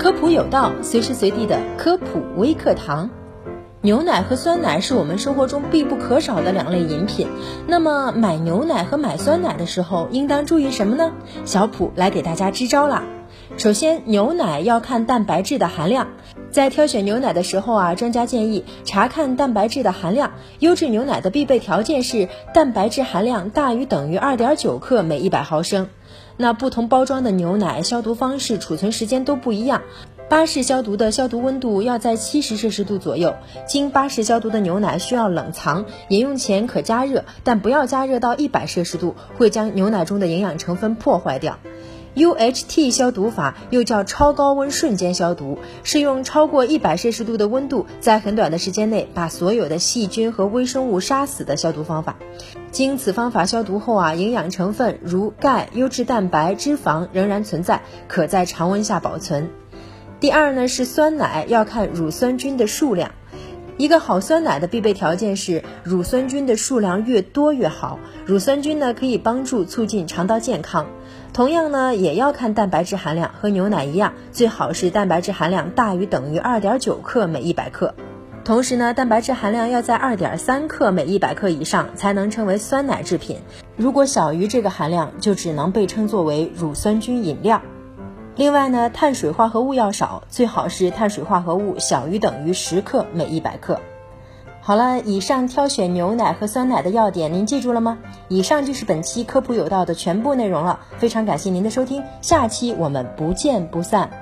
科普有道，随时随地的科普微课堂。牛奶和酸奶是我们生活中必不可少的两类饮品。那么买牛奶和买酸奶的时候，应当注意什么呢？小普来给大家支招啦。首先，牛奶要看蛋白质的含量。在挑选牛奶的时候专家建议查看蛋白质的含量。优质牛奶的必备条件是蛋白质含量大于等于 2.9 克每100毫升。那不同包装的牛奶消毒方式、储存时间都不一样。巴氏消毒的消毒温度要在70摄氏度左右，经巴氏消毒的牛奶需要冷藏，饮用前可加热，但不要加热到100摄氏度，会将牛奶中的营养成分破坏掉。UHT 消毒法又叫超高温瞬间消毒，是用超过100摄氏度的温度，在很短的时间内把所有的细菌和微生物杀死的消毒方法。经此方法消毒后营养成分如钙、优质蛋白、脂肪仍然存在，可在常温下保存。第二呢是酸奶，要看乳酸菌的数量。一个好酸奶的必备条件是乳酸菌的数量越多越好。乳酸菌呢可以帮助促进肠道健康。同样呢也要看蛋白质含量，和牛奶一样，最好是蛋白质含量大于等于 2.9 克每100克。同时呢蛋白质含量要在 2.3 克每100克以上才能称为酸奶制品，如果小于这个含量就只能被称作为乳酸菌饮料。另外呢碳水化合物要少，最好是碳水化合物小于等于10克每100克。好了，以上挑选牛奶和酸奶的要点您记住了吗？以上就是本期科普有道的全部内容了，非常感谢您的收听，下期我们不见不散。